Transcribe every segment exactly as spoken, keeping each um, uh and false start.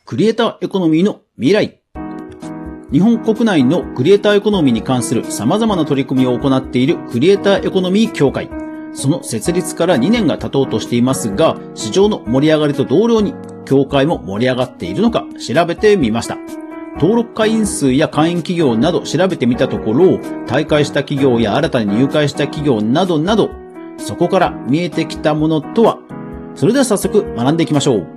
クリエイターエコノミーの未来。日本国内のクリエイターエコノミーに関する様々な取り組みを行っているクリエイターエコノミー協会。その設立からにねんが経とうとしていますが、市場の盛り上がりと同様に、協会も盛り上がっているのか調べてみました。登録会員数や会員企業など調べてみたところ、退会した企業や新たに入会した企業などなど、そこから見えてきたものとは。それでは早速学んでいきましょう。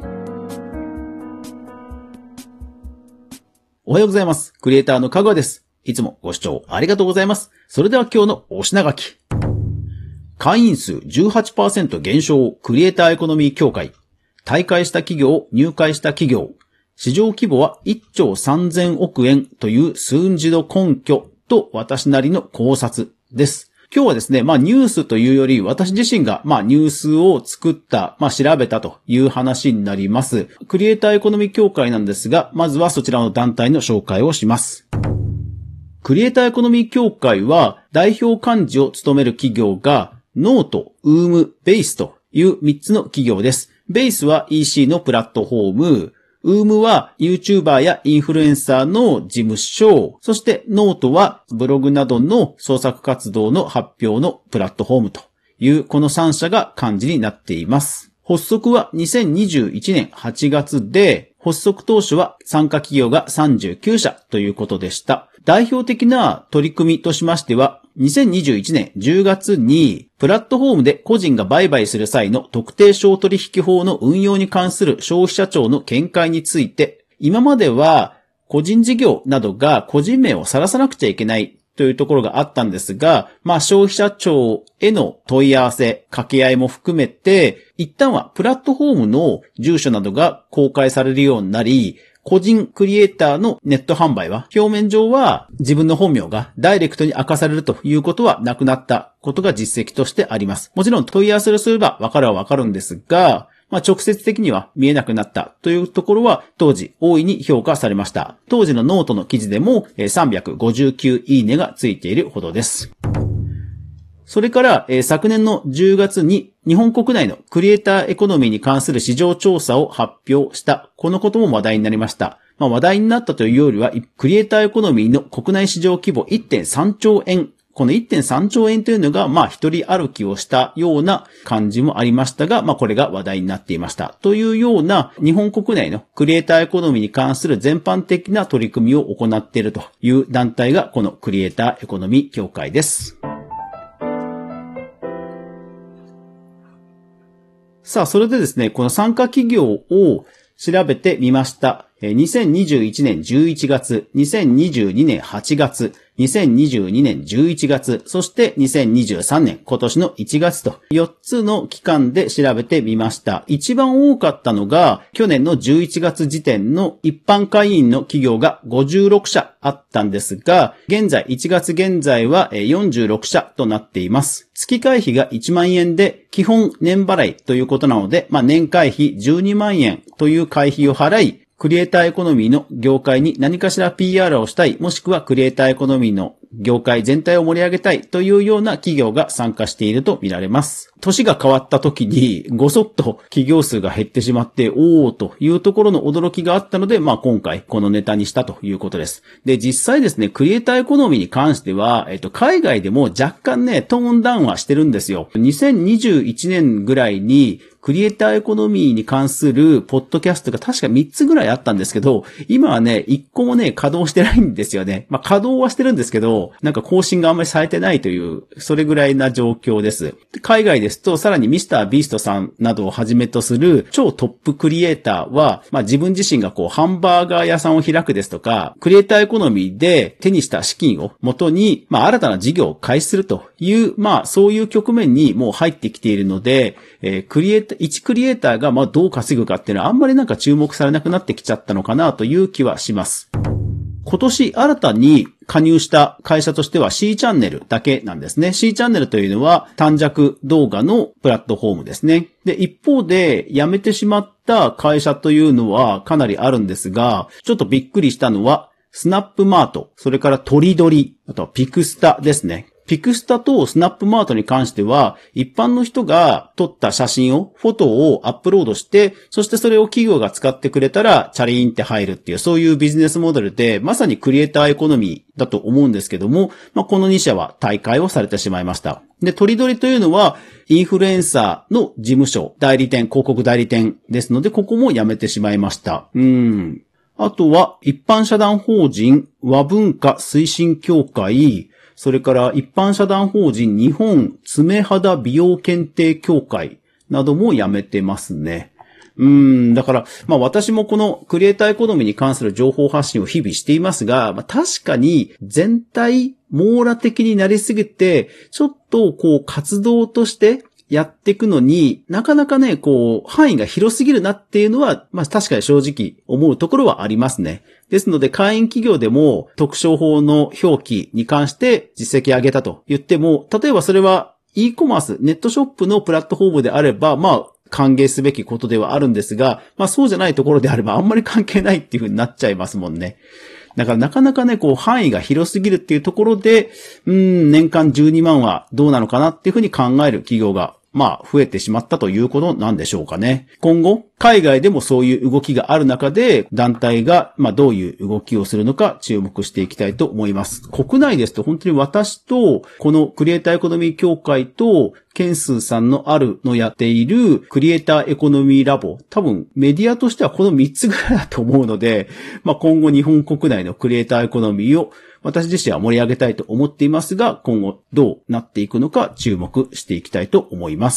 おはようございます。クリエイターのかぐわです。いつもご視聴ありがとうございます。それでは今日のお品書き。会員数 じゅうはちパーセント 減少、クリエイターエコノミー協会。退会した企業、入会した企業。市場規模はいっちょうさんぜんおくえんという数字の根拠と私なりの考察です。今日はですね、まあニュースというより私自身がまあニュースを作った、まあ調べたという話になります。クリエイターエコノミー協会なんですが、まずはそちらの団体の紹介をします。クリエイターエコノミー協会は代表幹事を務める企業がノート、ウーム、ベースというみっつの企業です。ベースは イーシー のプラットフォーム、ウームは YouTuber やインフルエンサーの事務所、そしてノートはブログなどの創作活動の発表のプラットフォームというこのさん社が幹事になっています。発足はにせんにじゅういちねんはちがつで、発足当初は参加企業がさんじゅうきゅうしゃということでした。代表的な取り組みとしましては、にせんにじゅういちねんじゅうがつにプラットフォームで個人が売買する際の特定商取引法の運用に関する消費者庁の見解について、今までは個人事業などが個人名を晒さなくちゃいけないというところがあったんですが、まあ消費者庁への問い合わせ、掛け合いも含めて、一旦はプラットフォームの住所などが公開されるようになり、個人クリエイターのネット販売は表面上は自分の本名がダイレクトに明かされるということはなくなったことが実績としてあります。もちろん問い合わせをすれば分かるは分かるんですが、まあ直接的には見えなくなったというところは当時大いに評価されました。当時のノートの記事でもさんびゃくごじゅうきゅういいねがついているほどです。それから、えー、昨年のじゅうがつに日本国内のクリエイターエコノミーに関する市場調査を発表した。このことも話題になりました。まあ、話題になったというよりは、クリエイターエコノミーの国内市場規模 いってんさんちょうえん。この いってんさんちょうえんというのが、まあ一人歩きをしたような感じもありましたが、まあこれが話題になっていました。というような日本国内のクリエイターエコノミーに関する全般的な取り組みを行っているという団体がこのクリエイターエコノミー協会です。さあ、それでですね、この参加企業を調べてみました。にせんにじゅういちねんじゅういちがつ、にせんにじゅうにねんはちがつ、にせんにじゅうにねんじゅういちがつ、そしてにせんにじゅうさんねん今年のいちがつとよっつの期間で調べてみました。一番多かったのが去年のじゅういちがつ時点の一般会員の企業がごじゅうろくしゃあったんですが、現在いちがつ現在はよんじゅうろくしゃとなっています。月会費がいちまんえんで基本年払いということなので、まあ年会費じゅうにまんえんという会費を払い、クリエイターエコノミーの業界に何かしら ピーアール をしたい、もしくはクリエイターエコノミーの業界全体を盛り上げたいというような企業が参加していると見られます。年が変わった時にごそっと企業数が減ってしまって、おーというところの驚きがあったので、まあ今回このネタにしたということです。で、実際ですね、クリエイターエコノミーに関しては、えっと、海外でも若干ね、トーンダウンはしてるんですよ。にせんにじゅういちねんぐらいに、クリエイターエコノミーに関するポッドキャストが確かみっつぐらいあったんですけど、今はね、いっこもね、稼働してないんですよね。まあ、稼働はしてるんですけど、なんか更新があんまりされてないという、それぐらいな状況です。海外ですと、さらにミスタービーストさんなどをはじめとする超トップクリエイターは、まあ、自分自身がこう、ハンバーガー屋さんを開くですとか、クリエイターエコノミーで手にした資金を元に、まあ、新たな事業を開始するという、まあ、そういう局面にもう入ってきているので、えー、クリエイター、一クリエイターがまあどう稼ぐかっていうのはあんまりなんか注目されなくなってきちゃったのかなという気はします。今年新たに加入した会社としては C チャンネルだけなんですね。C チャンネルというのは短尺動画のプラットフォームですね。で、一方で辞めてしまった会社というのはかなりあるんですが、ちょっとびっくりしたのはスナップマート、それからトリドリ、あとはピクスタですね。 ピクスタとスナップマートに関しては、一般の人が撮った写真を、フォトをアップロードして、そしてそれを企業が使ってくれたら、チャリーンって入るっていう、そういうビジネスモデルで、まさにクリエイターエコノミーだと思うんですけども、まあ、このに社は退会をされてしまいました。で、トリドリというのは、インフルエンサーの事務所、代理店、広告代理店ですので、ここも辞めてしまいました。うん。あとは、一般社団法人和文化推進協会、それから一般社団法人日本爪肌美容検定協会なども辞めてますね。うーん、だから、まあ私もこのクリエイターエコノミーに関する情報発信を日々していますが、まあ確かに全体網羅的になりすぎて、ちょっとこう活動としてやっていくのになかなかね、こう範囲が広すぎるなっていうのは、まあ確かに正直思うところはありますね。ですので会員企業でも特商法の表記に関して実績上げたと言っても、例えばそれは e コマース、ネットショップのプラットフォームであれば、まあ歓迎すべきことではあるんですが、まあそうじゃないところであればあんまり関係ないっていう風になっちゃいますもんね。だからなかなかね、こう範囲が広すぎるっていうところで、うーん、年間じゅうにまんはどうなのかなっていう風に考える企業がまあ、増えてしまったということなんでしょうかね。今後、海外でもそういう動きがある中で、団体が、まあ、どういう動きをするのか注目していきたいと思います。国内ですと、本当に私と、このクリエイターエコノミー協会と、ケンスーさんのあるのやっているクリエイターエコノミーラボ、多分メディアとしてはこのみっつぐらいだと思うので、まあ、今後日本国内のクリエイターエコノミーを私自身は盛り上げたいと思っていますが、今後どうなっていくのか注目していきたいと思います。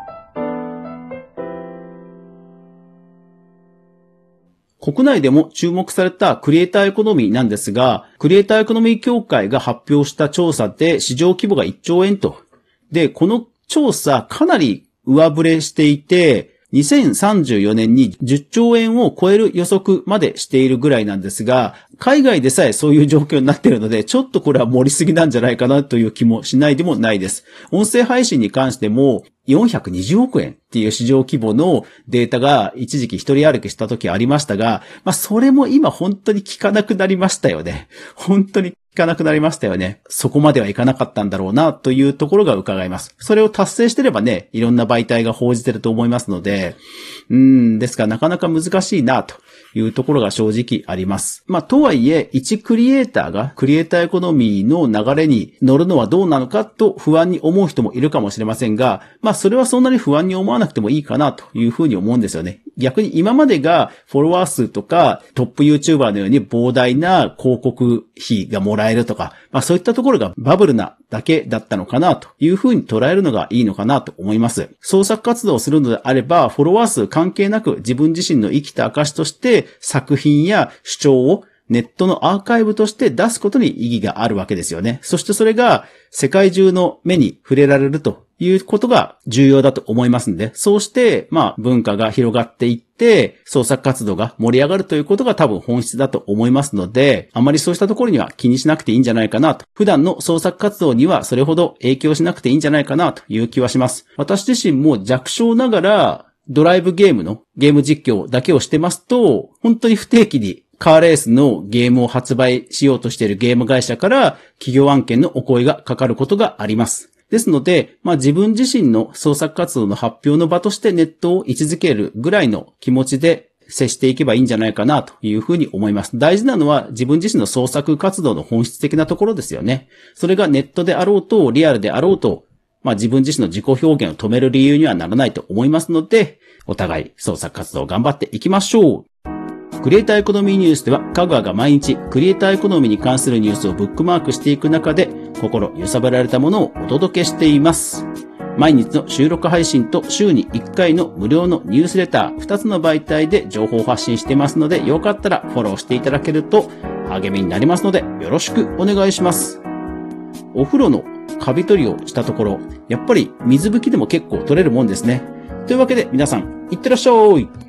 国内でも注目されたクリエイターエコノミーなんですが、クリエイターエコノミー協会が発表した調査で市場規模がいっちょうえんと。で、この調査かなり上振れしていて、にせんさんじゅうよねんにじゅっちょうえんを超える予測までしているぐらいなんですが、海外でさえそういう状況になっているので、ちょっとこれは盛りすぎなんじゃないかなという気もしないでもないです。音声配信に関してもよんひゃくにじゅうおくえんっていう市場規模のデータが一時期一人歩きした時ありましたが、まあそれも今本当に効かなくなりましたよね。本当に効かなくなりましたよね。そこまではいかなかったんだろうなというところが伺えます。それを達成してればね、いろんな媒体が報じてると思いますので、うーん、ですからなかなか難しいなというところが正直あります。まあとはいえ、一クリエイターがクリエイターエコノミーの流れに乗るのはどうなのかと不安に思う人もいるかもしれませんが、まあそれはそんなに不安に思わなくてもいいかなというふうに思うんですよね。逆に今までがフォロワー数とかトップ YouTuber のように膨大な広告費がもらえるとか、まあそういったところがバブルなだけだったのかなというふうに捉えるのがいいのかなと思います。創作活動をするのであれば、フォロワー数関係なく自分自身の生きた証として作品や主張をネットのアーカイブとして出すことに意義があるわけですよね。そしてそれが世界中の目に触れられるということが重要だと思いますので、そうしてまあ文化が広がっていって創作活動が盛り上がるということが多分本質だと思いますので、あまりそうしたところには気にしなくていいんじゃないかなと。普段の創作活動にはそれほど影響しなくていいんじゃないかなという気はします。私自身も弱小ながらドライブゲームのゲーム実況だけをしてますと、本当に不定期にカーレースのゲームを発売しようとしているゲーム会社から企業案件のお声がかかることがあります。ですので、まあ自分自身の創作活動の発表の場としてネットを位置づけるぐらいの気持ちで接していけばいいんじゃないかなというふうに思います。大事なのは自分自身の創作活動の本質的なところですよね。それがネットであろうとリアルであろうと、まあ自分自身の自己表現を止める理由にはならないと思いますので、お互い創作活動を頑張っていきましょう。クリエイターエコノミーニュースでは、かぐわが毎日クリエイターエコノミーに関するニュースをブックマークしていく中で、心揺さぶられたものをお届けしています。毎日の収録配信と週にいっかいの無料のニュースレター、ふたつの媒体で情報発信していますので、よかったらフォローしていただけると励みになりますので、よろしくお願いします。お風呂のカビ取りをしたところ、やっぱり水拭きでも結構取れるもんですね。というわけで皆さん、いってらっしゃい。